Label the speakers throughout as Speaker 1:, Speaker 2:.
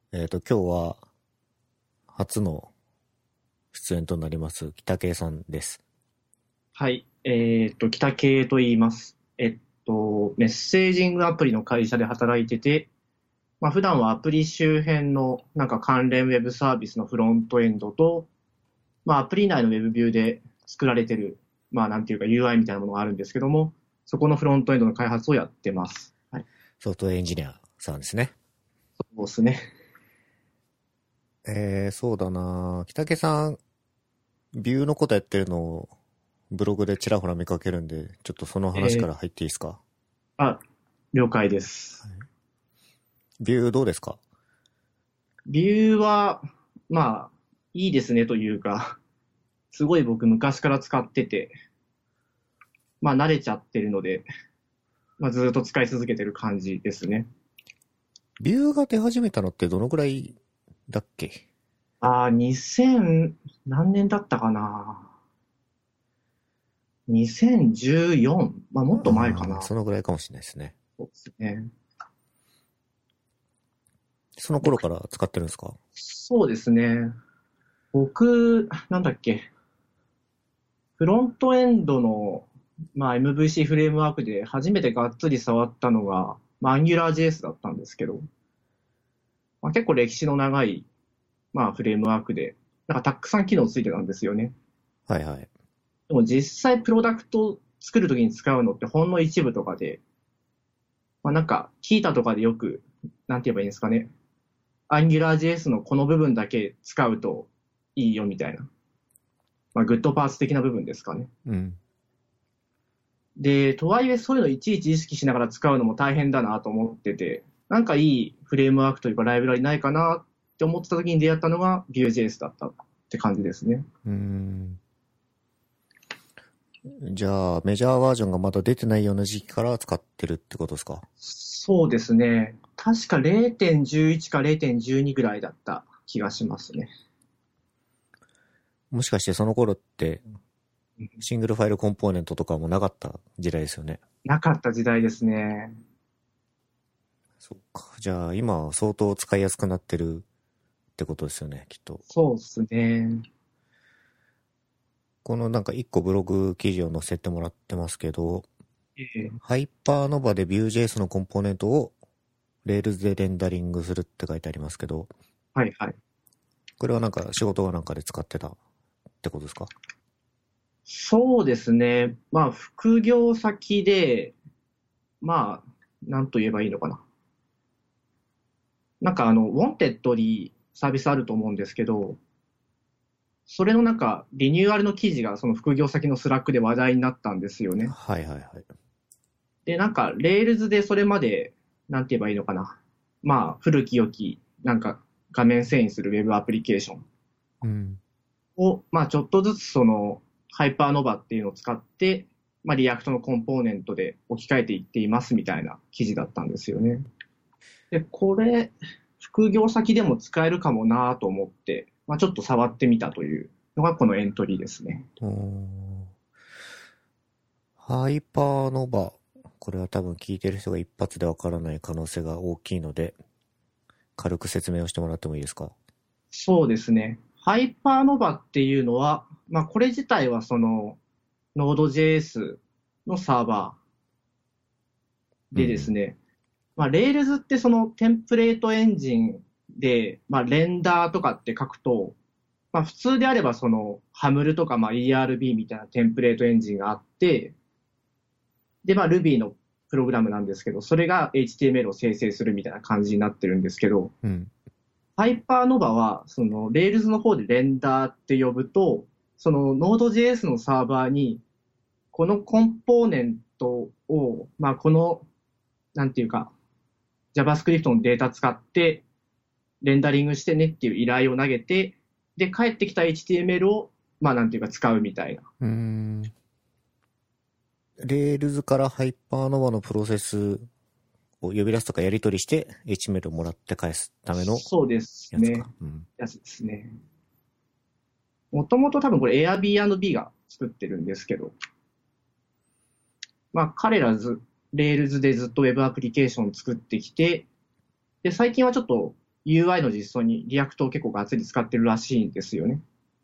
Speaker 1: 今日は初の出演となります北圭さんです。
Speaker 2: はい。北系と言います。メッセージングアプリの会社で働いてて、普段はアプリ周辺のなんか関連ウェブサービスのフロントエンドと、アプリ内のウェブビューで作られてる、なんていうか UI みたいなものがあるんですけども、そこのフロントエンドの開発をやってます。はい。
Speaker 1: ソフトウェアエンジニアさんですね。
Speaker 2: そうですね。
Speaker 1: そうだな北圭さん、ビューのことやってるのをブログでちらほら見かけるんで、ちょっとその話か
Speaker 2: えー
Speaker 1: ら入っていいですか？
Speaker 2: あ、了解です。
Speaker 1: ビューどうですか？
Speaker 2: ビューは、いいですねというか、すごい僕昔から使ってて、慣れちゃってるので、ずっと使い続けてる感じですね。
Speaker 1: ビューが出始めたのってどのくらいだっけ？
Speaker 2: 2000、何年だったかな。2014、もっと前かな。
Speaker 1: そのぐらいかもしれないですね。
Speaker 2: そうですね。
Speaker 1: その頃から使ってるんですか？
Speaker 2: そうですね。僕、なんだっけ、フロントエンドの、MVC フレームワークで初めてがっつり触ったのが、AngularJS だったんですけど、結構歴史の長い、フレームワークで、なんかたくさん機能ついてたんですよね。
Speaker 1: はいはい。
Speaker 2: でも実際プロダクト作るときに使うのってほんの一部とかで、なんか、キータとかでよく、なんて言えばいいんですかね。AngularJS のこの部分だけ使うといいよみたいな。グッドパーツ的な部分ですかね。
Speaker 1: うん。
Speaker 2: で、とはいえそういうのいちいち意識しながら使うのも大変だなと思ってて、なんかいいフレームワークというかライブラリないかなって思ってた時に出会ったのが Vue.js だったって感じですね。
Speaker 1: じゃあ、メジャーバージョンがまだ出てないような時期から使ってるってことですか？
Speaker 2: そうですね。確か0.11か0.12ぐらいだった気がしますね。
Speaker 1: もしかしてその頃ってシングルファイルコンポーネントとかもなかった時代ですよね。
Speaker 2: なかった時代ですね。
Speaker 1: そっか。じゃあ今は相当使いやすくなってるってことですよね、きっと。
Speaker 2: そうですね。
Speaker 1: このなんか一個ブログ記事を載せてもらってますけど、
Speaker 2: ええ、
Speaker 1: ハイパーノバで Vue.js のコンポーネントを Rails でレンダリングするって書いてありますけど、
Speaker 2: はいはい。
Speaker 1: これはなんか仕事がなんかで使ってたってことですか？
Speaker 2: そうですね。副業先で、なんと言えばいいのかな。なんかウォンテッドにサービスあると思うんですけど、それのなんか、リニューアルの記事がその副業先のスラックで話題になったんですよね。
Speaker 1: はいはいはい。
Speaker 2: で、なんか、レールズでそれまで、なんて言えばいいのかな。古き良き、なんか、画面遷移するウェブアプリケーション
Speaker 1: うん。
Speaker 2: を、ちょっとずつその、ハイパーノバっていうのを使って、リアクトのコンポーネントで置き換えていっていますみたいな記事だったんですよね。で、これ、副業先でも使えるかもなと思って、ちょっと触ってみたというのがこのエントリーですね。
Speaker 1: おー、ハイパーノバ。これは多分聞いてる人が一発でわからない可能性が大きいので、軽く説明をしてもらってもいいですか？
Speaker 2: そうですね。ハイパーノバっていうのは、これ自体はその Node.js のサーバーでです
Speaker 1: うん。
Speaker 2: ね、Rails ってそのテンプレートエンジンで、レンダーとかって書くと、普通であればそのハムルとかERB みたいなテンプレートエンジンがあって、で、Ruby のプログラムなんですけど、それが HTML を生成するみたいな感じになってるんですけど、
Speaker 1: うん。
Speaker 2: ハイパーノバは、その Rails の方でレンダーって呼ぶと、その Node.js のサーバーに、このコンポーネントを、この、なんていうか、JavaScript のデータ使ってレンダリングしてねっていう依頼を投げて、で、帰ってきた HTML を、なんていうか使うみたいな。
Speaker 1: うーん。レールズからハイパーノバのプロセスを呼び出すとかやり取りして HTML をもらって返すための
Speaker 2: そうです
Speaker 1: やつか。
Speaker 2: ね。
Speaker 1: うん。
Speaker 2: やつですね。もともと多分これ Airbnb が作ってるんですけど、彼らレールズでずっと Web アプリケーションを作ってきて、で、最近はちょっと UI の実装にリアクトを結構がっつり使ってるらしいんですよね。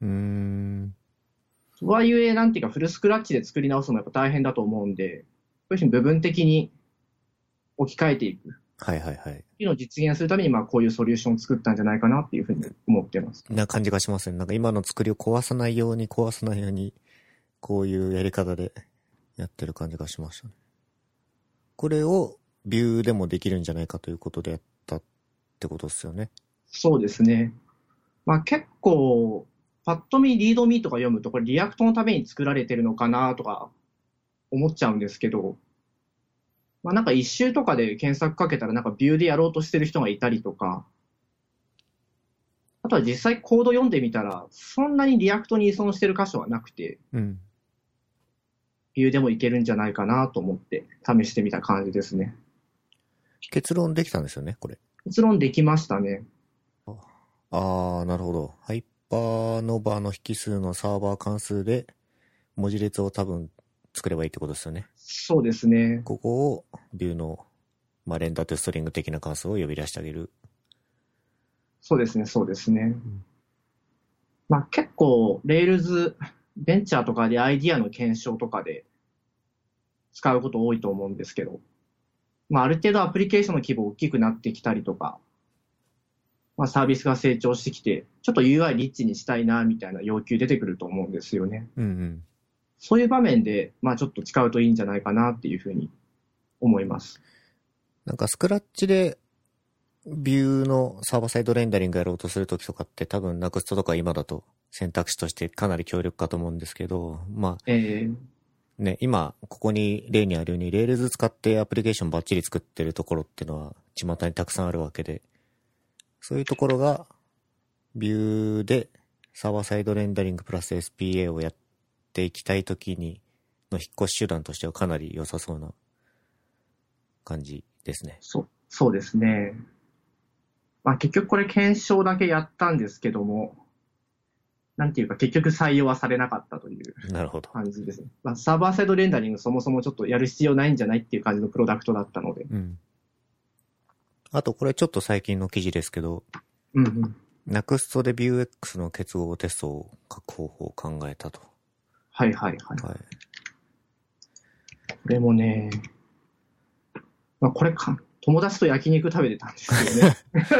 Speaker 2: とはいえ、なんていうか、フルスクラッチで作り直すのもやっぱ大変だと思うんで、そういうふうに部分的に置き換えていく。
Speaker 1: はいはいはい。
Speaker 2: っていうのを実現するために、まあこういうソリューションを作ったんじゃないかなっていうふうに思ってます。
Speaker 1: な感じがしますね。なんか今の作りを壊さないように、こういうやり方でやってる感じがしましたね。これをビューでもできるんじゃないかということでやったってことですよね。
Speaker 2: そうですね。まあ結構、パッと見リードミーとか読むと、これリアクトのために作られてるのかなとか思っちゃうんですけど、まあなんか一周とかで検索かけたらなんかビューでやろうとしてる人がいたりとか、あとは実際コード読んでみたら、そんなにリアクトに依存してる箇所はなくて、
Speaker 1: うん。
Speaker 2: ビューでもいけるんじゃないかなと思って試してみた感じですね。
Speaker 1: 結論できたんですよね、これ。
Speaker 2: 結論できましたね。
Speaker 1: ああ、なるほど。ハイパーノバの引数のサーバー関数で文字列を多分作ればいいってことですよね。
Speaker 2: そうですね。
Speaker 1: ここをビューの、まあ、レンダーとストリング的な関数を呼び出してあげる。
Speaker 2: そうですね、そうですね。まあ結構、Rails、ベンチャーとかでアイディアの検証とかで使うこと多いと思うんですけど、まあある程度アプリケーションの規模大きくなってきたりとか、まあサービスが成長してきて、ちょっと UI リッチにしたいな、みたいな要求出てくると思うんですよね。
Speaker 1: うんうん。
Speaker 2: そういう場面で、まあちょっと使うといいんじゃないかなっていうふうに思います。
Speaker 1: なんかスクラッチでビューのサーバーサイドレンダリングやろうとするときとかって多分 Next とか今だと選択肢としてかなり強力かと思うんですけど、まあね、今ここに例にあるように Rails 使ってアプリケーションバッチリ作ってるところっていうのは巷にたくさんあるわけで、そういうところがビューでサーバーサイドレンダリングプラス SPA をやっていきたいときにの引っ越し手段としてはかなり良さそうな感じですね。
Speaker 2: そうですね。まあ結局これ検証だけやったんですけども、なんていうか結局採用はされなかったという
Speaker 1: なるほど。
Speaker 2: 感じですね。まあ、サーバーサイドレンダリングそもそもちょっとやる必要ないんじゃないっていう感じのプロダクトだったので。
Speaker 1: うん。あとこれちょっと最近の記事ですけど、
Speaker 2: うんうん。
Speaker 1: Next で Vuex の結合テストを書く方法を考えたと。
Speaker 2: はいはいはい。
Speaker 1: はい。
Speaker 2: これもね、まあこれか、友達と焼肉食べてたんですよね。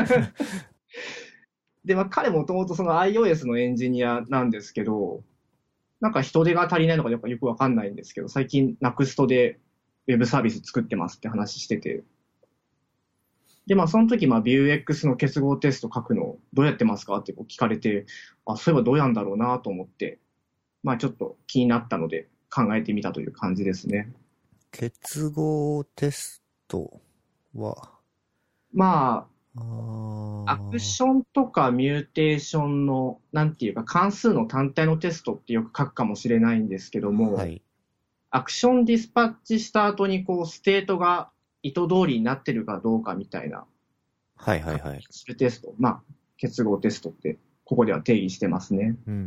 Speaker 2: で、まあ彼もともとその iOS のエンジニアなんですけど、なんか人手が足りないのかやっぱよくわかんないんですけど、最近 Next でウェブサービス作ってますって話してて。で、まあその時、まあ Vuex の結合テスト書くのどうやってますかってこう聞かれて、あ、そういえばどうやんだろうなと思って、まあちょっと気になったので考えてみたという感じですね。
Speaker 1: 結合テストは、
Speaker 2: ま
Speaker 1: あ
Speaker 2: あ、アクションとかミューテーションの、なんていうか関数の単体のテストってよく書くかもしれないんですけども、
Speaker 1: はい。
Speaker 2: アクションディスパッチした後にこうステートが意図通りになってるかどうかみたいな、
Speaker 1: はいはいはい。
Speaker 2: するテスト。まあ、結合テストってここでは定義してますね。
Speaker 1: うん。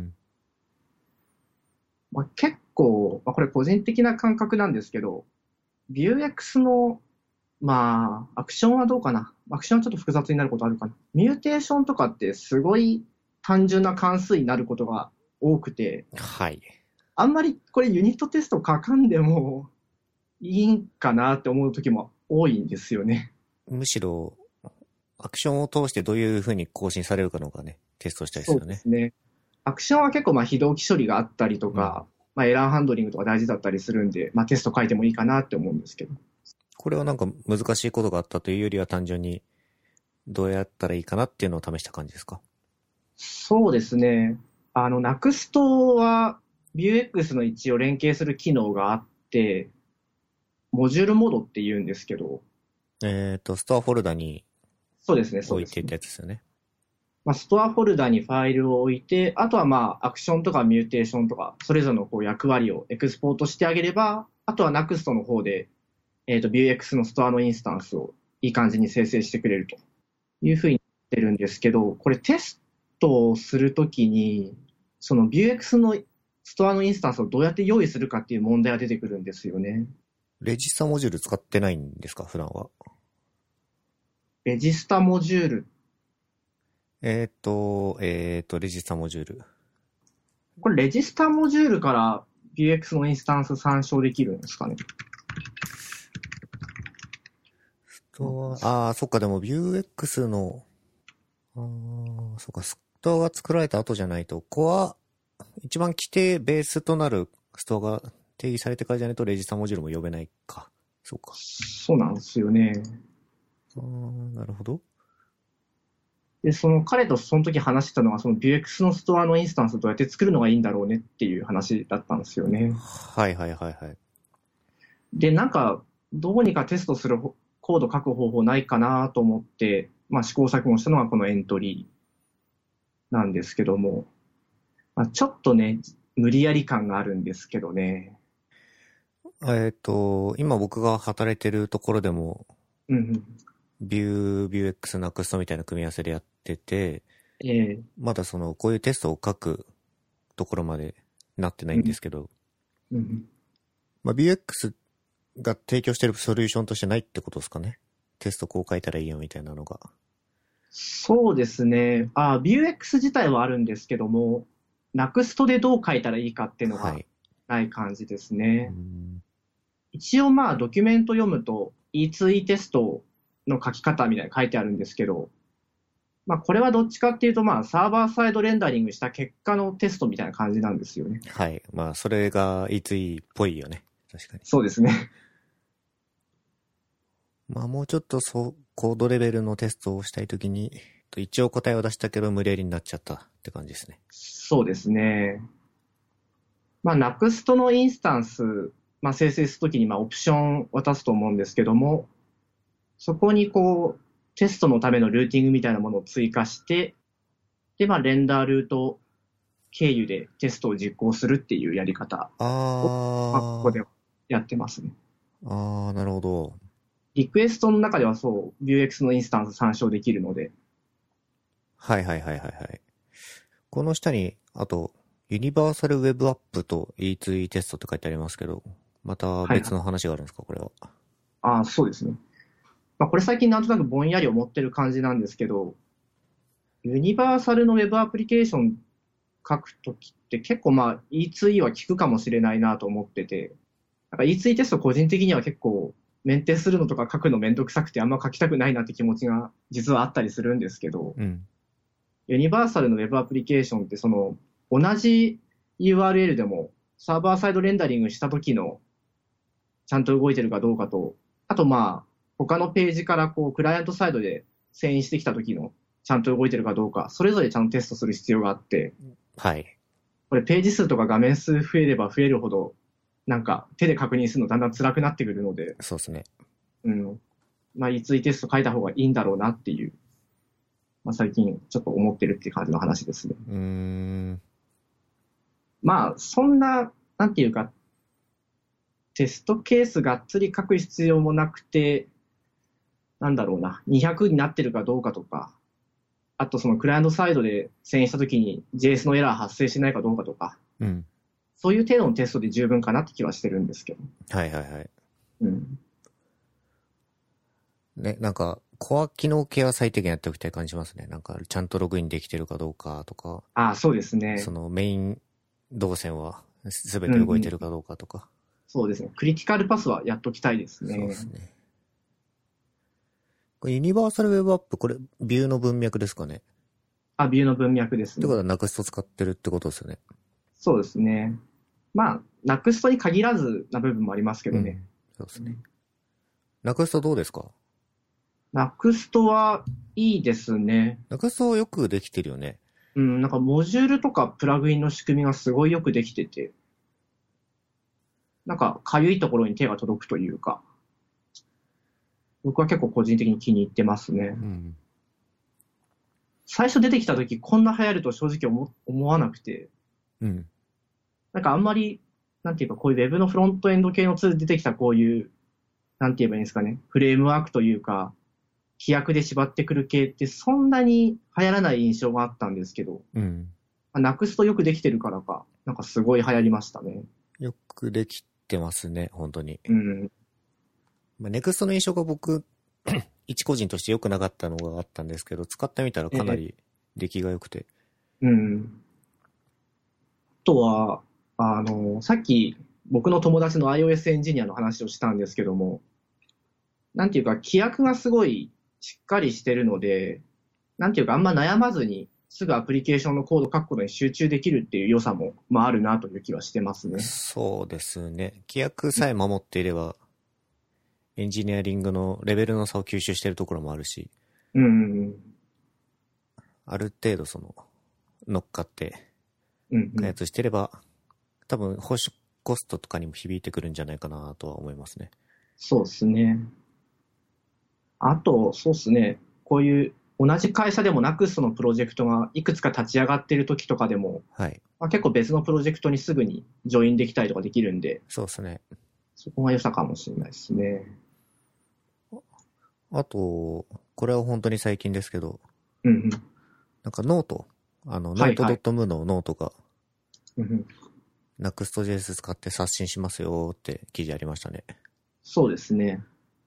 Speaker 2: まあ、結構、まあ、これ個人的な感覚なんですけど、Vuex の、まあ、アクションはどうかな。アクションはちょっと複雑になることあるかな。ミューテーションとかってすごい単純な関数になることが多くて、
Speaker 1: はい。
Speaker 2: あんまりこれユニットテスト書かんでもいいんかなって思う時も多いんですよね。
Speaker 1: むしろ、アクションを通してどういう風に更新されるかのがね、テストしたいです
Speaker 2: そう
Speaker 1: よね。
Speaker 2: ですね。アクションは結構まあ非同期処理があったりとか、まあエラーハンドリングとか大事だったりするんで、まあテスト書いてもいいかなって思うんですけど。
Speaker 1: これはなんか難しいことがあったというよりは単純にどうやったらいいかなっていうのを試した感じですか？
Speaker 2: そうですね。Next は Vuex の一応連携する機能があって、モジュールモードって言うんですけど、
Speaker 1: ストアフォルダに
Speaker 2: そうですね、そうですね。
Speaker 1: 置いていったやつですよね。
Speaker 2: まあ、ストアフォルダにファイルを置いて、あとはまあ、アクションとかミューテーションとか、それぞれのこう役割をエクスポートしてあげれば、あとは Next の方で、Vuex のストアのインスタンスをいい感じに生成してくれるというふうになってるんですけど、これテストをするときに、その Vuex のストアのインスタンスをどうやって用意するかっていう問題が出てくるんですよね。
Speaker 1: レジスタモジュール使ってないんですか、普段は？
Speaker 2: レジスタモジュール。
Speaker 1: レジスタモジュール。
Speaker 2: これレジスタモジュールから Vuex のインスタンス参照できるんですかね。
Speaker 1: そっか、でも Vuex の、そっか、ストアが作られた後じゃないと、一番規定ベースとなるストアが定義されてからじゃないとレジスタモジュールも呼べないか。そうか。
Speaker 2: そうなんですよね。
Speaker 1: なるほど。
Speaker 2: で、彼とその時話してたのは、Vuex のストアのインスタンスどうやって作るのがいいんだろうねっていう話だったんですよね。
Speaker 1: はいはいはいはい。
Speaker 2: で、どうにかテストするコード書く方法ないかなと思って、試行錯誤したのがこのエントリーなんですけども、ちょっとね、無理やり感があるんですけどね。
Speaker 1: 今僕が働いてるところでも、Vuex Next みたいな組み合わせでやってて、まだこういうテストを書くところまでなってないんですけど、Vuex が提供してるソリューションとしてないってことですかね。テストこう書いたらいいよみたいなのが。
Speaker 2: そうですね。Vuex 自体はあるんですけども、Next でどう書いたらいいかっていうのがない感じですね。一応ドキュメント読むと E2E テストの書き方みたいな書いてあるんですけど、これはどっちかっていうとサーバーサイドレンダリングした結果のテストみたいな感じなんですよね。
Speaker 1: はい。それが E2E っぽいよね。確かに。
Speaker 2: そうですね。
Speaker 1: もうちょっとコードレベルのテストをしたいときに、一応答えを出したけど無理やりになっちゃったって感じですね。
Speaker 2: そうですね。Next のインスタンス、生成するときにオプション渡すと思うんですけども、そこにテストのためのルーティングみたいなものを追加して、で、レンダールート経由でテストを実行するっていうやり方を、ここでやってますね。
Speaker 1: なるほど。
Speaker 2: リクエストの中ではVuex のインスタンス参照できるので。
Speaker 1: はいはいはいはいはい。この下に、あと、ユニバーサルウェブアップと E2E テストって書いてありますけど、また別の話があるんですか、これは。
Speaker 2: そうですね。これ最近なんとなくぼんやり思ってる感じなんですけど、ユニバーサルのウェブアプリケーション書くときって結構E2E は効くかもしれないなと思ってて、E2E テスト個人的には結構メンテするのとか書くのめんどくさくてあんま書きたくないなって気持ちが実はあったりするんですけど、ユニバーサルのウェブアプリケーションって同じ URL でもサーバーサイドレンダリングした時のちゃんと動いてるかどうかと、あと他のページからクライアントサイドで遷移してきた時のちゃんと動いてるかどうか、それぞれちゃんとテストする必要があって、
Speaker 1: はい。
Speaker 2: これページ数とか画面数増えれば増えるほど、手で確認するのだんだん辛くなってくるので、
Speaker 1: そうですね。
Speaker 2: E2E テスト書いた方がいいんだろうなっていう、最近ちょっと思ってるっていう感じの話ですね。そんな、なんていうか、テストケースがっつり書く必要もなくて、200になってるかどうかとか、あとクライアントサイドで遷移したときに JS のエラー発生しないかどうかとか、そういう程度のテストで十分かなって気はしてるんですけど。
Speaker 1: はいはいはい。ね、コア機能系は最低限やっておきたい感じしますね。ちゃんとログインできてるかどうかとか。
Speaker 2: そうですね。
Speaker 1: メイン動線は全て動いてるかどうかとか。
Speaker 2: そうですね。クリティカルパスはやっときたいですね。
Speaker 1: そうですね。これユニバーサルウェブアップ、これ、ビューの文脈ですかね。
Speaker 2: ビューの文脈ですね。
Speaker 1: ってことは、ナクスト使ってるってことですよね。
Speaker 2: そうですね。ナクストに限らずな部分もありますけどね。
Speaker 1: そうですね。ナクストどうですか？
Speaker 2: ナクストはいいですね。
Speaker 1: ナクストよくできてるよね。
Speaker 2: モジュールとかプラグインの仕組みがすごいよくできてて、かゆいところに手が届くというか、僕は結構個人的に気に入ってますね。最初出てきた時こんな流行ると正直思わなくて、あんまり、なんていうかこういう Web のフロントエンド系のツール出てきたこういう、なんて言えばいいんですかね、フレームワークというか、規約で縛ってくる系ってそんなに流行らない印象があったんですけど、ナクストよくできてるからか、すごい流行りましたね。
Speaker 1: よくできてますね、本当に。
Speaker 2: ネ
Speaker 1: クストの印象が僕、一個人として良くなかったのがあったんですけど、使ってみたらかなり出来が良くて。
Speaker 2: うん。あとは、さっき僕の友達の iOS エンジニアの話をしたんですけども、なんていうか、規約がすごいしっかりしてるので、なんていうか、あんま悩まずに、すぐアプリケーションのコードを書くことに集中できるっていう良さも、まああるなという気はしてますね。
Speaker 1: そうですね。規約さえ守っていれば、エンジニアリングのレベルの差を吸収してるところもあるし、
Speaker 2: うん。
Speaker 1: ある程度乗っかって
Speaker 2: うんうん。
Speaker 1: 開発してれば、多分保守コストとかにも響いてくるんじゃないかなとは思いますね。
Speaker 2: そうですね。あと、そうですね。こういう同じ会社でもなくそのプロジェクトがいくつか立ち上がっている時とかでも、
Speaker 1: はい。
Speaker 2: まあ、結構別のプロジェクトにすぐにジョインできたりとかできるんで、
Speaker 1: そうですね。
Speaker 2: そこが良さかもしれないですね。
Speaker 1: あと、これは本当に最近ですけど、
Speaker 2: うんうん。
Speaker 1: なんかノート、ノ
Speaker 2: はいはい。
Speaker 1: ート .mu のノートが
Speaker 2: うんうん。
Speaker 1: Next.js 使って刷新しますよって記事ありましたね。
Speaker 2: そうですね。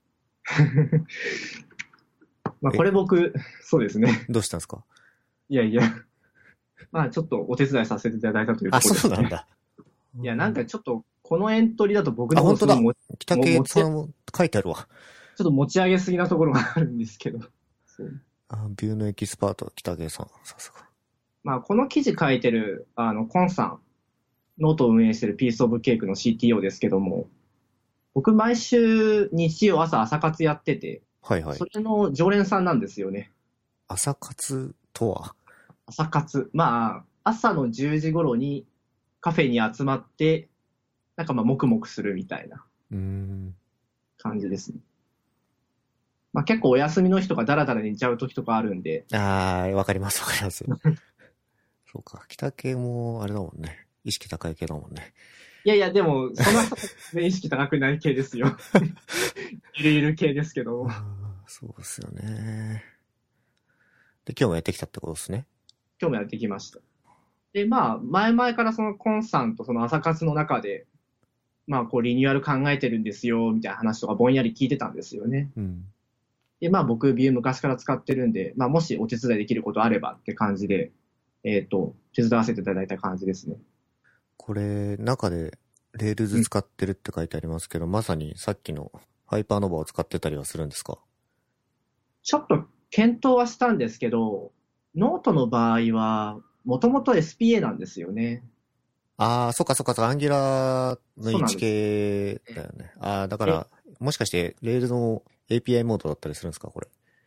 Speaker 2: まあ
Speaker 1: え、
Speaker 2: これ僕、そうですね。
Speaker 1: どうしたんですか？
Speaker 2: いやいや、まあちょっとお手伝いさせていただいたという
Speaker 1: あ、
Speaker 2: ところですね。
Speaker 1: そうなんだ。
Speaker 2: いや、なんかちょっとこのエントリーだと僕
Speaker 1: あ、
Speaker 2: の方
Speaker 1: 本当だ。
Speaker 2: すごい
Speaker 1: 北系
Speaker 2: 持ち、ちょ
Speaker 1: さんも書いてあるわ。
Speaker 2: っと持ち上げすぎなところがあるんですけど。そう
Speaker 1: あ、ビューのエキスパート、北系さん。さすが。
Speaker 2: まあこの記事書いてる、コンさん、ノートを運営してるピースオブケークの CTO ですけども、僕毎週日曜朝活やってて、
Speaker 1: はいはい。
Speaker 2: それの常連さんなんですよね。
Speaker 1: 朝活とは？
Speaker 2: 朝活。まあ、朝の10時頃にカフェに集まって、なんかまあ、黙々するみたいな感じですね。まあ結構お休みの日とかダラダラ寝ちゃう時とかあるんで。
Speaker 1: あー、わかりますわかります。そうか。北系も、あれだもんね。意識高い系だもんね。
Speaker 2: いやいや、でも、そんな意識高くない系ですよ。ゆるゆる系ですけど。
Speaker 1: そうですよね。で、今日もやってきたってことですね。
Speaker 2: 今日もやってきました。で、まあ、前々からそのコンさんとその朝活の中で、まあ、こう、リニューアル考えてるんですよ、みたいな話とかぼんやり聞いてたんですよね。
Speaker 1: うん。
Speaker 2: で、まあ、僕、ビュー昔から使ってるんで、まあ、もしお手伝いできることあればって感じで、手伝わせていただいた感じですね。
Speaker 1: これ、中で、レールズ使ってるって書いてありますけど、まさにさっきのハイパーノバを使ってたりはするんですか？
Speaker 2: ちょっと検討はしたんですけど、ノートの場合は、もともと SPA なんですよね。
Speaker 1: ああ、そっかそっか、アンギュラーの位置
Speaker 2: そうなんです。
Speaker 1: 系だよね。ああ、だか
Speaker 2: え、
Speaker 1: ら、もしかして、レールの API モードだったりするんですか、これ。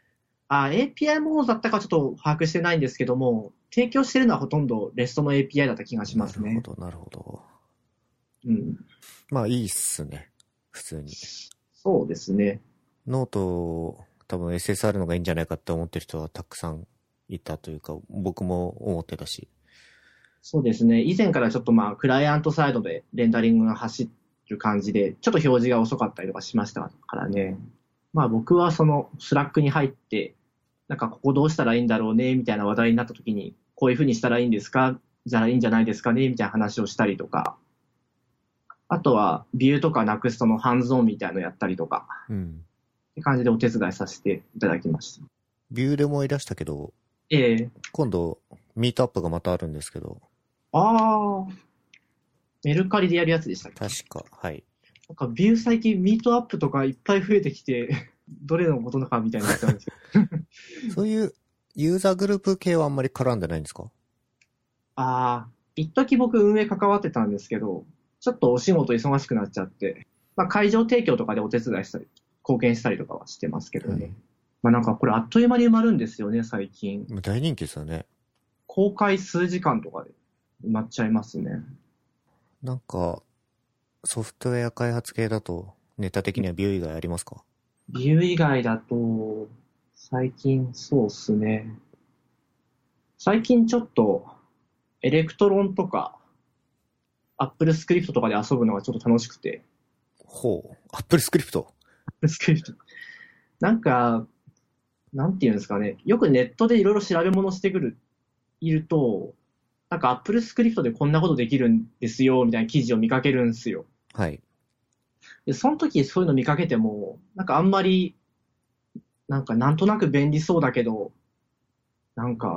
Speaker 2: API モードだったかちょっと把握してないんですけども、提供してるのはほとんど REST の API だった気がしますね。
Speaker 1: なるほど、なるほど。
Speaker 2: うん。
Speaker 1: まあ、いいっすね。普通に。
Speaker 2: そうですね。
Speaker 1: ノート、多分 SSR のがいいんじゃないかって思ってる人はたくさんいたというか、僕も思ってたし。
Speaker 2: そうですね。以前からちょっとまあ、クライアントサイドでレンダリングが走る感じで、ちょっと表示が遅かったりとかしましたからね。まあ僕はそのスラックに入って、なんかここどうしたらいいんだろうね、みたいな話題になった時に、こういうふうにしたらいいんですかじゃあいいんじゃないですかねみたいな話をしたりとか、あとはビューとかナクストのハンズオンみたいなのやったりとか、
Speaker 1: うん。
Speaker 2: って感じでお手伝いさせていただきました。
Speaker 1: ビューで思い出したけど、
Speaker 2: ええ。
Speaker 1: 今度、ミートアップがまたあるんですけど、
Speaker 2: ああ、メルカリでやるやつでしたっけ？
Speaker 1: 確か、はい。
Speaker 2: なんかビュー最近ミートアップとかいっぱい増えてきて、どれのことなのかみたいになっちゃうんですけど。
Speaker 1: そういうユーザーグループ系はあんまり絡んでないんですか？
Speaker 2: ああ、一時僕運営関わってたんですけど、ちょっとお仕事忙しくなっちゃって、まあ会場提供とかでお手伝いしたり、貢献したりとかはしてますけどね。
Speaker 1: はい、
Speaker 2: まあなんかこれあっという間に埋まるんですよね、最近。
Speaker 1: 大人気ですよね。
Speaker 2: 公開数時間とかで埋まっちゃいますね。
Speaker 1: なんか、ソフトウェア開発系だと、ネタ的にはビュー以外ありますか？
Speaker 2: ビュー以外だと、最近そうっすね。最近ちょっと、エレクトロンとか、アップルスクリプトとかで遊ぶのがちょっと楽しくて。
Speaker 1: ほう。アップルスクリプト。
Speaker 2: アップルスクリプト。なんか、なんていうんですかね。よくネットでいろいろ調べ物していると、なんかアップルスクリプトでこんなことできるんですよ、みたいな記事を見かけるんですよ。
Speaker 1: はい。
Speaker 2: で、その時そういうの見かけても、なんかあんまり、なんかなんとなく便利そうだけど、なんか、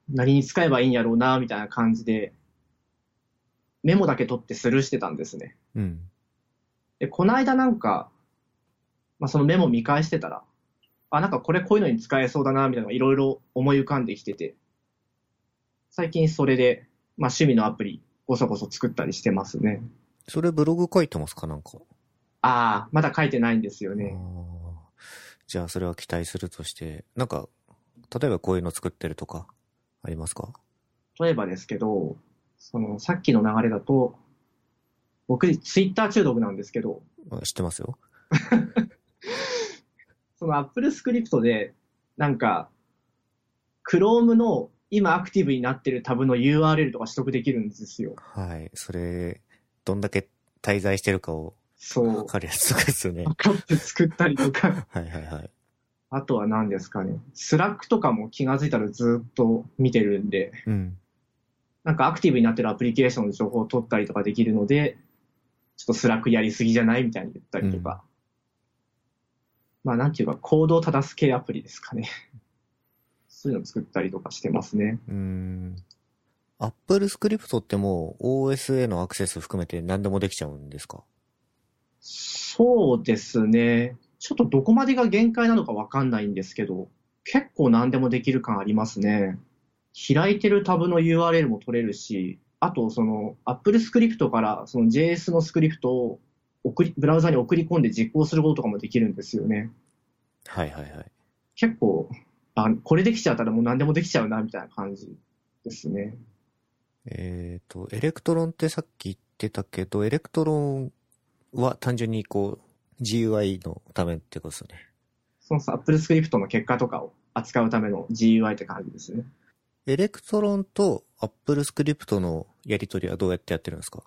Speaker 2: 何に使えばいいんやろうな、みたいな感じで、メモだけ取ってスルーしてたんですね。
Speaker 1: うん。
Speaker 2: で、この間なんか、まあ、そのメモ見返してたら、あ、なんかこれこういうのに使えそうだな、みたいなのがいろいろ思い浮かんできてて、最近それで、まあ趣味のアプリ、ごそごそ作ったりしてますね。
Speaker 1: それブログ書いてますかなんか。
Speaker 2: ああ、まだ書いてないんですよ
Speaker 1: あ
Speaker 2: ね。
Speaker 1: ーじゃあそれは期待するとして、なんか、例えばこういうの作ってるとか、ありますか？
Speaker 2: 例えばですけど、その、さっきの流れだと、僕、ツイッター中毒なんですけど、
Speaker 1: 知ってますよ。
Speaker 2: その Apple Script で、なんか、Chrome の今アクティブになってるタブの URL とか取得できるんですよ。
Speaker 1: はい。それ、どんだけ滞在してるかを
Speaker 2: そう。
Speaker 1: 測るやつとかですよね。
Speaker 2: 分かって作ったりとか。
Speaker 1: はいはいはい。
Speaker 2: あとは何ですかね。Slack とかも気がついたらずっと見てるんで、
Speaker 1: うん。
Speaker 2: なんかアクティブになってるアプリケーションの情報を取ったりとかできるので、ちょっとスラックやりすぎじゃないみたいに言ったりとか。まあなんていうか、コードを正す系アプリですかね。そういうのを作ったりとかしてますね。
Speaker 1: Apple Script ってもう OS へのアクセス含めて何でもできちゃうんですか？
Speaker 2: そうですね。ちょっとどこまでが限界なのかわかんないんですけど、結構何でもできる感ありますね。開いてるタブの URL も取れるし、あとその Apple Script からその JS のスクリプトをブラウザに送り込んで実行することとかもできるんですよね。
Speaker 1: はいはいはい。
Speaker 2: 結構、これできちゃったらもう何でもできちゃうなみたいな感じですね。
Speaker 1: エレクトロンってさっき言ってたけど、エレクトロンは単純にこう GUI のためってことですよね。
Speaker 2: そのApple Script の結果とかを扱うための GUI って感じですね。
Speaker 1: エレクトロンと Apple Script のやり取りはどうやってやってるんですか？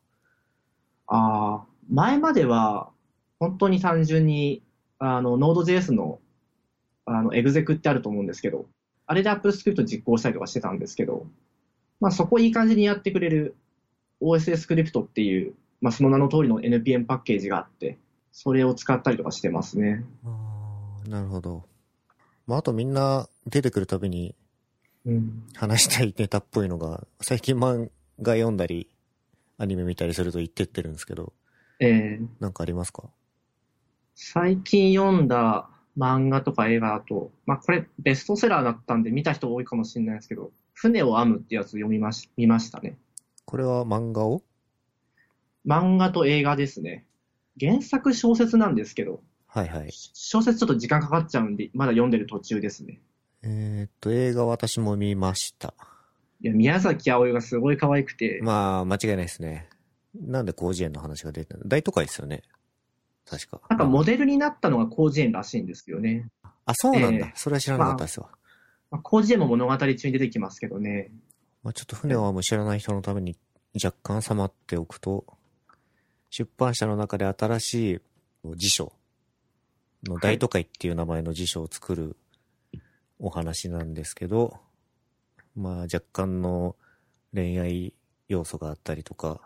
Speaker 2: 前までは本当に単純にNode.js のエグゼクってあると思うんですけど、あれで Apple Script 実行したりとかしてたんですけど、まあそこいい感じにやってくれる OSS スクリプトっていう、まあその名の通りの NPM パッケージがあって、それを使ったりとかしてますね。
Speaker 1: なるほど。まああとみんな出てくるたびに話したいネタっぽいのが、最近漫画読んだり、アニメ見たりすると言ってってるんですけど、なんかありますか？
Speaker 2: 最近読んだ漫画とか映画だと、まあこれベストセラーだったんで見た人多いかもしれないですけど、船を編むってやつ見ましたね。
Speaker 1: これは漫画を？
Speaker 2: 漫画と映画ですね。原作小説なんですけど、
Speaker 1: はいはい。
Speaker 2: 小説ちょっと時間かかっちゃうんで、まだ読んでる途中ですね。
Speaker 1: 映画私も見ました。
Speaker 2: いや、宮崎あおいがすごい可愛くて。
Speaker 1: まあ、間違いないですね。なんで広辞苑の話が出てるの？大都会ですよね。確か。
Speaker 2: なんかモデルになったのが広辞苑らしいんですよね。
Speaker 1: あ、そうなんだ。それは知らなかったですわ。
Speaker 2: まあ、広辞苑も物語中に出てきますけどね。
Speaker 1: まあ、ちょっと船を編む知らない人のために若干さまっておくと、出版社の中で新しい辞書の大都会っていう名前の辞書を作るお話なんですけど、まあ若干の恋愛要素があったりとか、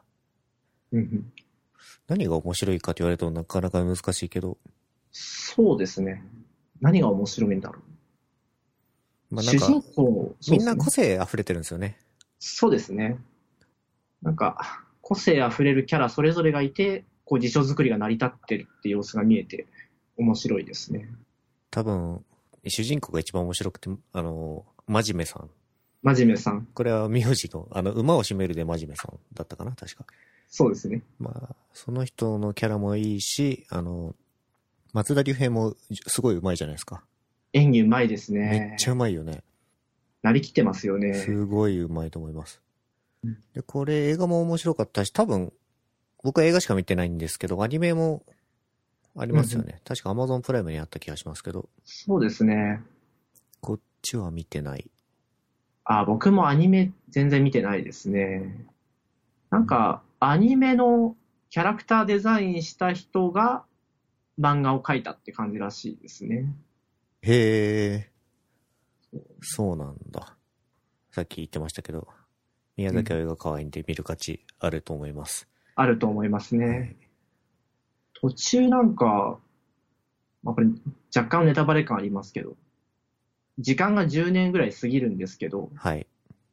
Speaker 1: 何が面白いかと言われるとなかなか難しいけど。
Speaker 2: そうですね。何が面白いんだろう。
Speaker 1: まあなんか、
Speaker 2: 主人公、
Speaker 1: みんな個性溢れてるんですよね。
Speaker 2: そうですね。なんか、個性溢れるキャラそれぞれがいて、こう辞書作りが成り立ってるって様子が見えて面白いですね。
Speaker 1: 多分、主人公が一番面白くて、真面目さん。
Speaker 2: 真面目さん。
Speaker 1: これは名字の、馬を占めるで真面目さんだったかな確か。
Speaker 2: そうですね。
Speaker 1: まあ、その人のキャラもいいし、松田龍平もすごい上手いじゃないですか。
Speaker 2: 演技うまいですね。
Speaker 1: めっちゃうまいよね。
Speaker 2: なりきってますよね。
Speaker 1: すごい上手いと思います。で、これ映画も面白かったし、多分、僕は映画しか見てないんですけど、アニメもありますよね。確か Amazon プライムにあった気がしますけど。
Speaker 2: そうですね。
Speaker 1: こっちは見てない。
Speaker 2: 僕もアニメ全然見てないですね。なんか、アニメのキャラクターデザインした人が漫画を描いたって感じらしいですね。
Speaker 1: へー。そうなんだ。さっき言ってましたけど、宮崎あおいが可愛いんで見る価値あると思います。
Speaker 2: あると思いますね。途中なんか、まあ、これ若干ネタバレ感ありますけど、時間が10年ぐらい過ぎるんですけど、
Speaker 1: はい。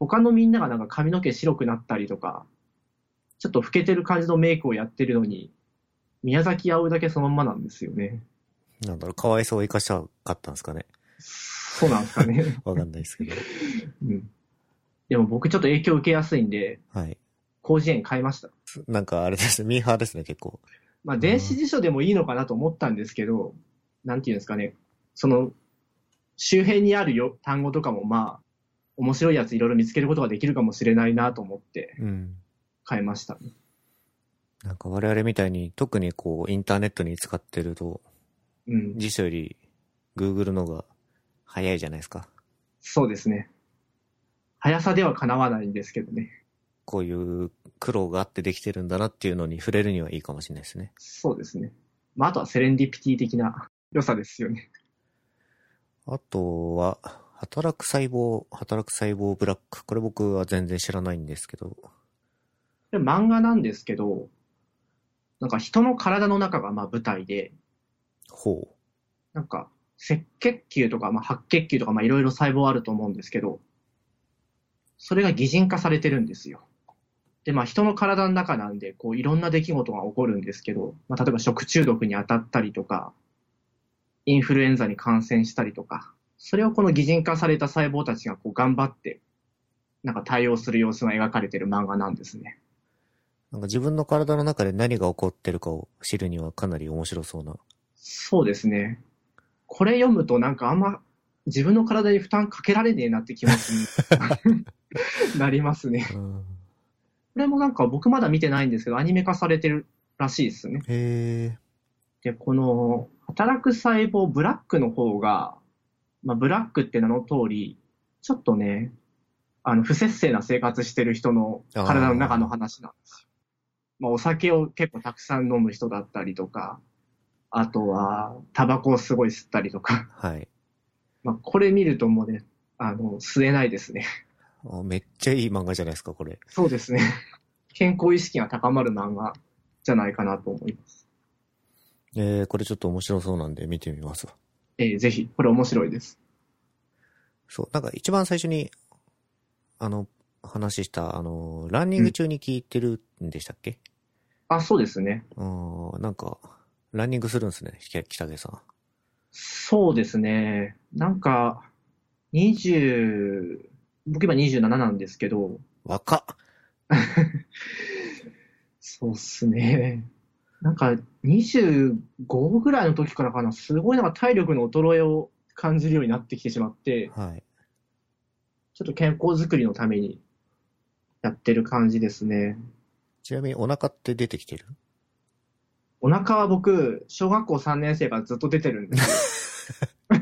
Speaker 2: 他のみんながなんか髪の毛白くなったりとか、ちょっと老けてる感じのメイクをやってるのに、宮崎あおいだけそのままなんですよね。
Speaker 1: なんだろう、かわいそうを生かしたかったんですかね。
Speaker 2: そうなんですかね。
Speaker 1: わかんないですけど。
Speaker 2: うん。でも僕ちょっと影響受けやすいんで、
Speaker 1: はい。
Speaker 2: 広辞苑買いました。
Speaker 1: なんかあれですね、ミーハーですね、結構。
Speaker 2: まあ電子辞書でもいいのかなと思ったんですけど、なんていうんですかね。その、周辺にある単語とかもまあ、面白いやついろいろ見つけることができるかもしれないなと思って買いました、ね。
Speaker 1: なんか我々みたいに特にこうインターネットに使ってると、辞書より Google のが早いじゃないですか。
Speaker 2: そうですね。速さではかなわないんですけどね。
Speaker 1: こういう苦労があってできてるんだなっていうのに触れるにはいいかもしれないですね。
Speaker 2: そうですね。まああとはセレンディピティ的な良さですよね。
Speaker 1: あとは、働く細胞ブラック。これ僕は全然知らないんですけど。
Speaker 2: で漫画なんですけど、なんか人の体の中がまあ舞台で、
Speaker 1: ほう。
Speaker 2: なんか赤血球とか、まあ、白血球とか、まあいろいろ細胞あると思うんですけど、それが擬人化されてるんですよ。で、まあ人の体の中なんで、こういろんな出来事が起こるんですけど、まあ例えば食中毒に当たったりとか、インフルエンザに感染したりとか、それをこの擬人化された細胞たちがこう頑張って、なんか対応する様子が描かれてる漫画なんですね。
Speaker 1: なんか自分の体の中で何が起こってるかを知るにはかなり面白そうな。
Speaker 2: そうですね。これ読むとなんかあんま自分の体に負担かけられねえなって気持ちになりますね。これもなんか僕まだ見てないんですけど、アニメ化されてるらしいですね。
Speaker 1: へ
Speaker 2: ー。で、この働く細胞ブラックの方が、まあ、ブラックって名の通り、ちょっとね、不節制な生活してる人の体の中の話なんですよ。まあ、お酒を結構たくさん飲む人だったりとか、あとは、タバコをすごい吸ったりとか。
Speaker 1: はい。
Speaker 2: まあ、これ見るともうね、吸えないですね。
Speaker 1: めっちゃいい漫画じゃないですか、これ。
Speaker 2: そうですね。健康意識が高まる漫画じゃないかなと思います。
Speaker 1: これちょっと面白そうなんで見てみますわ。
Speaker 2: ぜひ、これ面白いです。
Speaker 1: そう、なんか一番最初に、話した、ランニング中に聞いてるんでしたっけ？
Speaker 2: そうですね。
Speaker 1: なんか、ランニングするんですね、北出さん。
Speaker 2: そうですね。なんか、僕今27なんですけど。
Speaker 1: 若っ
Speaker 2: そうっすね。なんか、25ぐらいの時からかな、すごいなんか体力の衰えを感じるようになってきてしまって、
Speaker 1: はい。
Speaker 2: ちょっと健康づくりのためにやってる感じですね。
Speaker 1: ちなみにお腹って出てきてる？
Speaker 2: お腹は僕、小学校3年生からずっと出てるんですよ。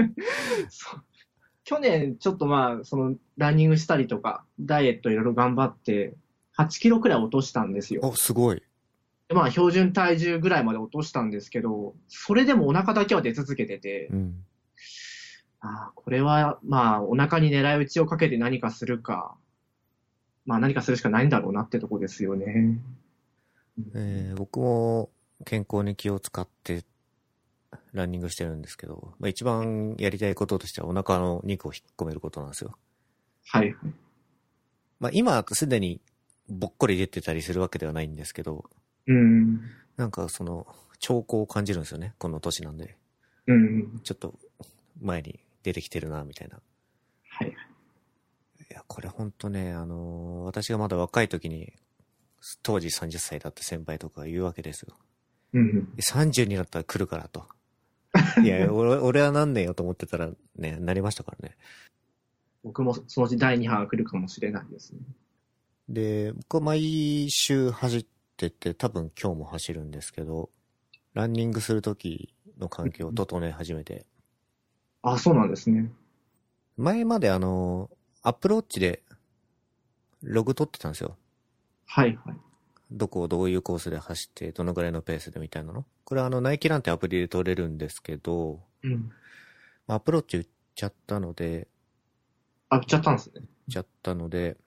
Speaker 2: 去年、ちょっとまあ、ランニングしたりとか、ダイエットいろいろ頑張って、8キロくらい落としたんですよ。
Speaker 1: すごい。
Speaker 2: でまあ、標準体重ぐらいまで落としたんですけど、それでもお腹だけは出続けてて、これは、まあ、お腹に狙い撃ちをかけて何かするか、まあ何かするしかないんだろうなってとこですよね。
Speaker 1: 僕も健康に気を使ってランニングしてるんですけど、一番やりたいこととしてはお腹の肉を引っ込めることなんですよ。
Speaker 2: はいはい。
Speaker 1: 今すでにぼっこり出てたりするわけではないんですけど、なんか兆候を感じるんですよね、この年なんで。ちょっと前に出てきてるな、みたいな。
Speaker 2: はい。
Speaker 1: いや、これほんとね、私がまだ若い時に、当時30歳だった先輩とか言うわけですよ。30になったら来るからと。いや、俺はなんねえよと思ってたらね、なりましたからね。
Speaker 2: 僕もそのうち第2波が来るかもしれないですね。
Speaker 1: で、僕は毎週走ってて、多分今日も走るんですけど、ランニングする時の環境を整え始めて。
Speaker 2: そうなんですね。
Speaker 1: 前までアップルウォッチでログ取ってたんですよ。
Speaker 2: はいはい。
Speaker 1: どこをどういうコースで走って、どのぐらいのペースでみたいなの。これはナイキランってアプリで取れるんですけど、アップルウォッチ売っちゃったので、
Speaker 2: 売っちゃったんですね。
Speaker 1: 売っちゃったので、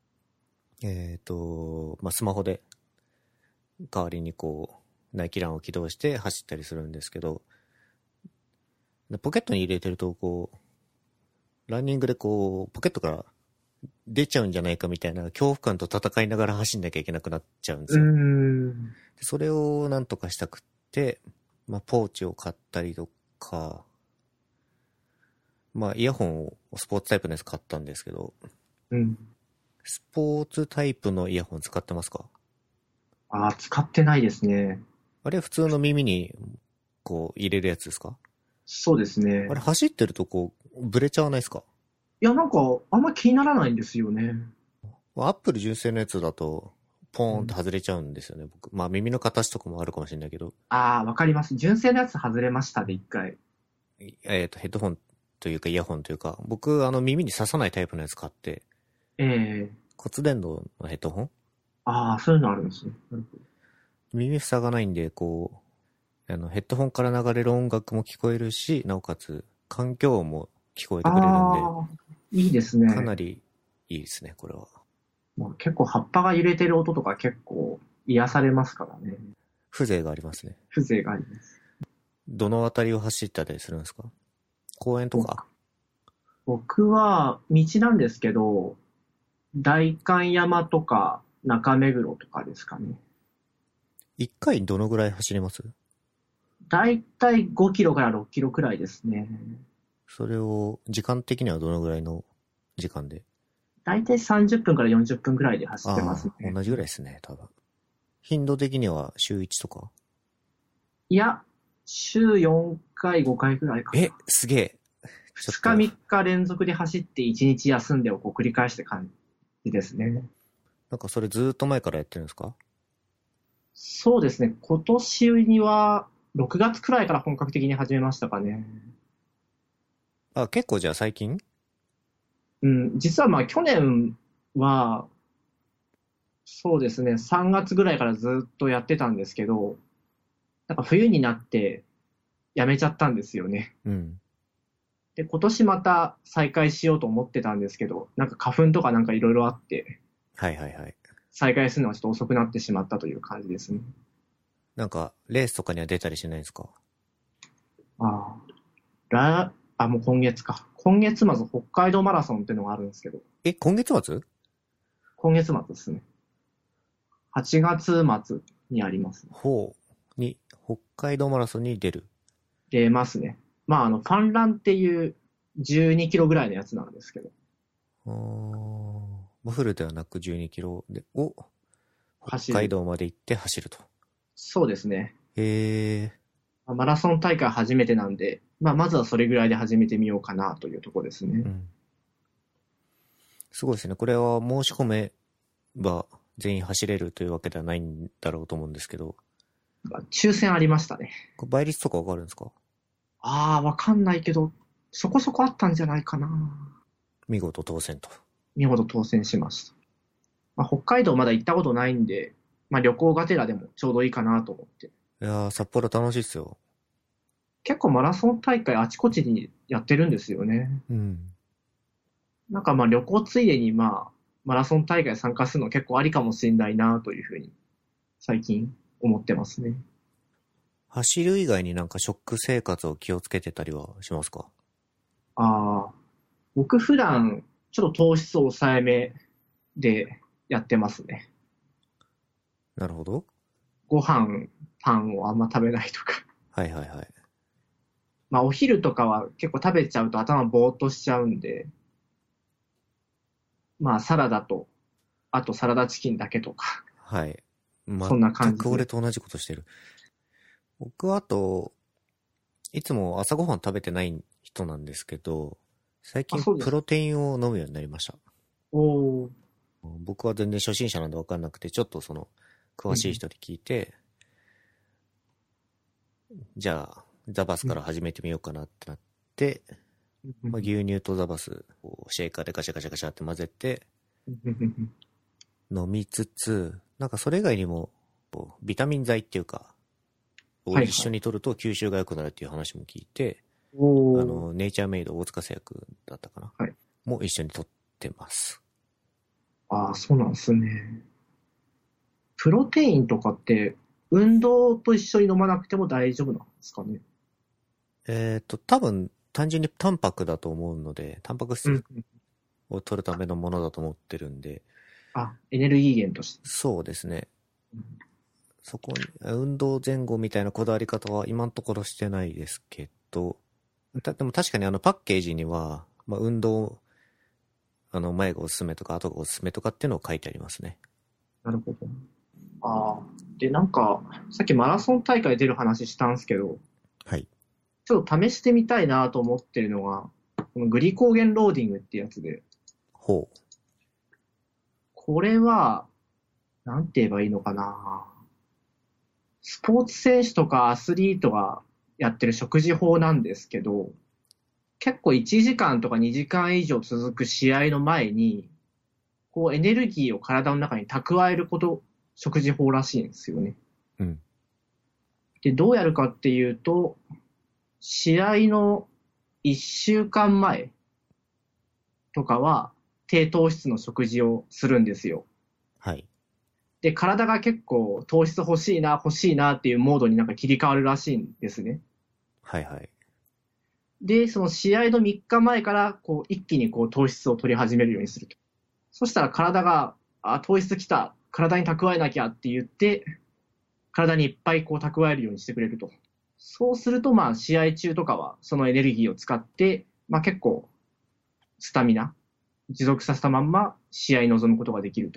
Speaker 1: スマホで代わりにナイキランを起動して走ったりするんですけど、ポケットに入れてるとランニングでポケットから出ちゃうんじゃないかみたいな恐怖感と戦いながら走んなきゃいけなくなっちゃうんですよ。でそれをなんとかしたくって、まあ、ポーチを買ったりとか、まあ、イヤホンをスポーツタイプのやつ買ったんですけど、
Speaker 2: うん。
Speaker 1: スポーツタイプのイヤホン使ってますか？
Speaker 2: ああ、使ってないですね。
Speaker 1: あれ普通の耳にこう入れるやつですか？
Speaker 2: そうですね。
Speaker 1: あれ走ってるとこうブレちゃわないですか？
Speaker 2: いや、なんか、あんま気にならないんですよね。
Speaker 1: アップル純正のやつだとポーン
Speaker 2: うん、
Speaker 1: と外れちゃうんですよね、僕。まあ耳の形とかもあるかもしれないけど。
Speaker 2: ああ、わかります。純正のやつ外れましたで、一回。
Speaker 1: ヘッドホンというかイヤホンというか、僕耳に刺さないタイプのやつ買って、
Speaker 2: ええ、
Speaker 1: 骨伝導のヘッドホン
Speaker 2: ああ、そういうのあるんですね。なるほど。
Speaker 1: 耳塞がないんで、こう、ヘッドホンから流れる音楽も聞こえるし、なおかつ環境音も聞こえてくれるんで、
Speaker 2: ああ、いいですね。
Speaker 1: かなりいいですね、これは。
Speaker 2: まあ、結構葉っぱが揺れてる音とか結構癒されますからね。
Speaker 1: 風情がありますね。
Speaker 2: 風情があります。
Speaker 1: どのあたりを走ったりするんですか？公園とか？
Speaker 2: 僕は道なんですけど、代官山とか中目黒とかですかね。
Speaker 1: 一回どのぐらい走ります？
Speaker 2: だいたい5キロから6キロくらいですね。
Speaker 1: それを時間的にはどのぐらいの時間で？
Speaker 2: だいたい30分から40分くらいで走ってますね。
Speaker 1: 同じぐらいですね、多分。頻度的には週1とか？
Speaker 2: いや、週4回、5回くらいかな。
Speaker 1: すげえ。
Speaker 2: 2日3日連続で走って1日休んでをこう繰り返して感じですね。
Speaker 1: なんかそれずっと前からやってるんですか？
Speaker 2: そうですね。今年には6月くらいから本格的に始めましたかね。
Speaker 1: 結構じゃあ最近？
Speaker 2: うん、実はまあ去年は、そうですね、3月ぐらいからずっとやってたんですけど、なんか冬になってやめちゃったんですよね。
Speaker 1: うん。
Speaker 2: で、今年また再開しようと思ってたんですけど、なんか花粉とかなんかいろいろあって、
Speaker 1: はいはいはい。
Speaker 2: 再開するのはちょっと遅くなってしまったという感じですね。
Speaker 1: なんか、レースとかには出たりしないんですか？
Speaker 2: あもう今月か。今月末北海道マラソンっていうのがあるんですけど、
Speaker 1: 今月末？
Speaker 2: 今月末ですね。8月末にあります、ね。
Speaker 1: 北海道マラソンに出る。
Speaker 2: 出ますね。まあ、ファンランっていう12キロぐらいのやつなんですけど。
Speaker 1: フルではなく12キロで、北海道まで行って走ると。
Speaker 2: そうですね。
Speaker 1: へえ。
Speaker 2: マラソン大会初めてなんで、まずはそれぐらいで始めてみようかなというところですね。
Speaker 1: うん。すごいですね。これは申し込めば全員走れるというわけではないんだろうと思うんですけど。
Speaker 2: 抽選ありましたね。
Speaker 1: これ倍率とかわかるんですか？
Speaker 2: わかんないけど、そこそこあったんじゃないかな。
Speaker 1: 見事当選と。
Speaker 2: 見事当選しました。北海道まだ行ったことないんで、旅行がてらでもちょうどいいかなと思って。
Speaker 1: いやー、札幌楽しいっすよ。
Speaker 2: 結構マラソン大会あちこちにやってるんですよね。
Speaker 1: うん。
Speaker 2: なんか旅行ついでにマラソン大会参加するの結構ありかもしれないなというふうに最近思ってますね。
Speaker 1: 走る以外になんか食生活を気をつけてたりはしますか？
Speaker 2: 僕普段ちょっと糖質を抑えめでやってますね。
Speaker 1: なるほど。
Speaker 2: ご飯、パンをあんま食べないとか。
Speaker 1: はいはいはい。
Speaker 2: お昼とかは結構食べちゃうと頭ぼーっとしちゃうんで、サラダと、あとサラダチキンだけとか。
Speaker 1: はい。
Speaker 2: そんな感じで。
Speaker 1: 全く俺と同じことしてる。僕はあと、いつも朝ごはん食べてない人なんですけど、最近プロテインを飲むようになりました。僕は全然初心者なんで分かんなくて、ちょっと詳しい人に聞いて、じゃあ、ザバスから始めてみようかなってなって、牛乳とザバスをシェイカーでガシャガシャガシャって混ぜて、飲みつつ、なんかそれ以外にも、ビタミン剤っていうか、を一緒に取ると吸収が良くなるっていう話も聞いて、ネイチャーメイド大塚製薬だったかな、
Speaker 2: はい、
Speaker 1: も一緒に取ってます。
Speaker 2: そうなんですね。プロテインとかって運動と一緒に飲まなくても大丈夫なんですかね？
Speaker 1: 多分単純にタンパクだと思うので、タンパク質を取るためのものだと思ってるんで。
Speaker 2: あ、エネルギー源として。
Speaker 1: そうですね。そこに、運動前後みたいなこだわり方は今のところしてないですけど、でも確かにパッケージには、まあ、運動、前がおすすめとか後がおすすめとかっていうのを書いてありますね。
Speaker 2: なるほど。ああ。で、なんか、さっきマラソン大会出る話したんですけど、
Speaker 1: はい。
Speaker 2: ちょっと試してみたいなと思ってるのが、このグリコーゲンローディングってやつで。
Speaker 1: ほう。
Speaker 2: これは、なんて言えばいいのかな。スポーツ選手とかアスリートがやってる食事法なんですけど、結構1時間とか2時間以上続く試合の前に、こうエネルギーを体の中に蓄えること、食事法らしいんですよね。
Speaker 1: うん。
Speaker 2: で、どうやるかっていうと、試合の1週間前とかは低糖質の食事をするんですよ。
Speaker 1: はい。
Speaker 2: で、体が結構糖質欲しいなっていうモードになんか切り替わるらしいんですね。
Speaker 1: はいはい。
Speaker 2: で、その試合の3日前からこう一気にこう糖質を取り始めるようにすると。そしたら体が、糖質来た、体に蓄えなきゃって言って、体にいっぱいこう蓄えるようにしてくれると。そうすると、まあ、試合中とかは、そのエネルギーを使って、まあ結構、スタミナ、持続させたまんま、試合に臨むことができると。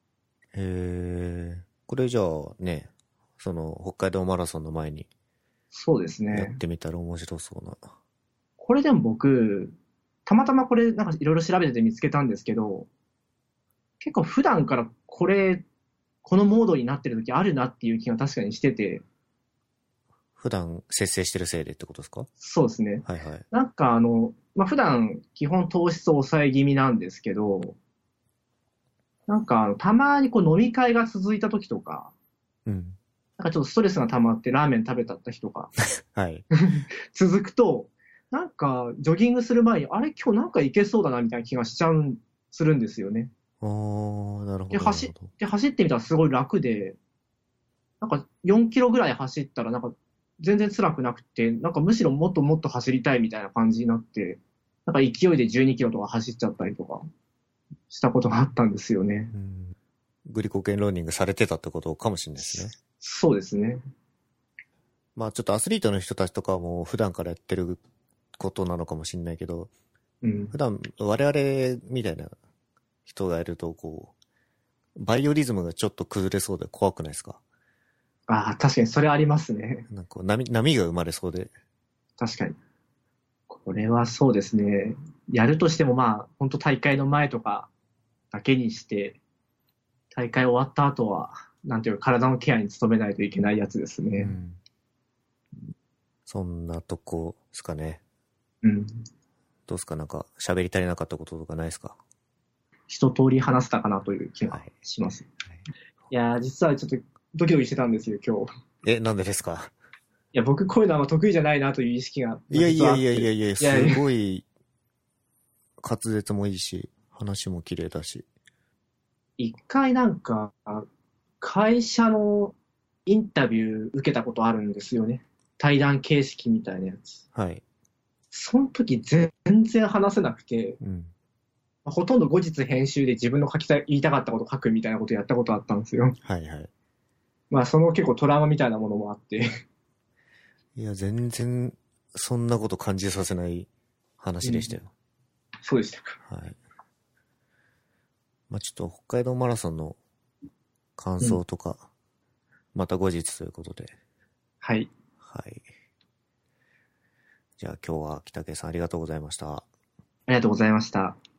Speaker 1: これじゃあね、北海道マラソンの前に。
Speaker 2: そうですね。
Speaker 1: やってみたら面白そうな。
Speaker 2: これでも僕、たまたまこれなんかいろいろ調べてて見つけたんですけど、結構普段からこのモードになってる時あるなっていう気が確かにしてて。
Speaker 1: 普段節制してるせいでってことですか？
Speaker 2: そうですね。
Speaker 1: はいはい。
Speaker 2: なんかまあ、普段基本糖質を抑え気味なんですけど、なんかたまにこう飲み会が続いた時とか、
Speaker 1: うん。
Speaker 2: なんかちょっとストレスが溜まってラーメン食べた日とか、
Speaker 1: はい。
Speaker 2: 続くと、なんかジョギングする前に、あれ今日なんかいけそうだなみたいな気がするんですよね。
Speaker 1: なるほど。
Speaker 2: で、走ってみたらすごい楽で、なんか4キロぐらい走ったらなんか全然辛くなくて、なんかむしろもっともっと走りたいみたいな感じになって、なんか勢いで12キロとか走っちゃったりとかしたことがあったんですよね。
Speaker 1: うん。グリコゲンローニングされてたってことかもしれないですね。
Speaker 2: そうですね。
Speaker 1: まあちょっとアスリートの人たちとかはもう普段からやってることなのかもしれないけど、
Speaker 2: うん、
Speaker 1: 普段我々みたいな人がやるとバイオリズムがちょっと崩れそうで怖くないですか？
Speaker 2: 確かにそれありますね。
Speaker 1: なんか波が生まれそうで。
Speaker 2: 確かに。これはそうですね。やるとしてもまあ、本当大会の前とかだけにして、大会終わった後は、なんていうか体のケアに努めないといけないやつですね。
Speaker 1: うん、そんなとこですかね。
Speaker 2: うん。
Speaker 1: どうですか？なんか喋り足りなかったこととかないですか？
Speaker 2: 一通り話せたかなという気がします。はい、いやー、実はちょっとドキドキしてたんですよ、今日。
Speaker 1: なんでですか？
Speaker 2: いや、僕こういうのは得意じゃないなという意識が。
Speaker 1: いや、すごい滑舌もいいし、話も綺麗だし。
Speaker 2: 一回なんか、会社のインタビュー受けたことあるんですよね。対談形式みたいなやつ。
Speaker 1: はい。
Speaker 2: その時全然話せなくて、
Speaker 1: うん、
Speaker 2: ほとんど後日編集で自分の言いたかったこと書くみたいなことやったことあったんですよ。
Speaker 1: はいはい。
Speaker 2: まあその結構トラウマみたいなものもあって。
Speaker 1: いや、全然そんなこと感じさせない話でしたよ。
Speaker 2: そうでしたか。
Speaker 1: はい。まあちょっと北海道マラソンの感想とか、また後日ということで。
Speaker 2: はい。
Speaker 1: はい。じゃあ今日は北家さんありがとうございました。
Speaker 2: ありがとうございました。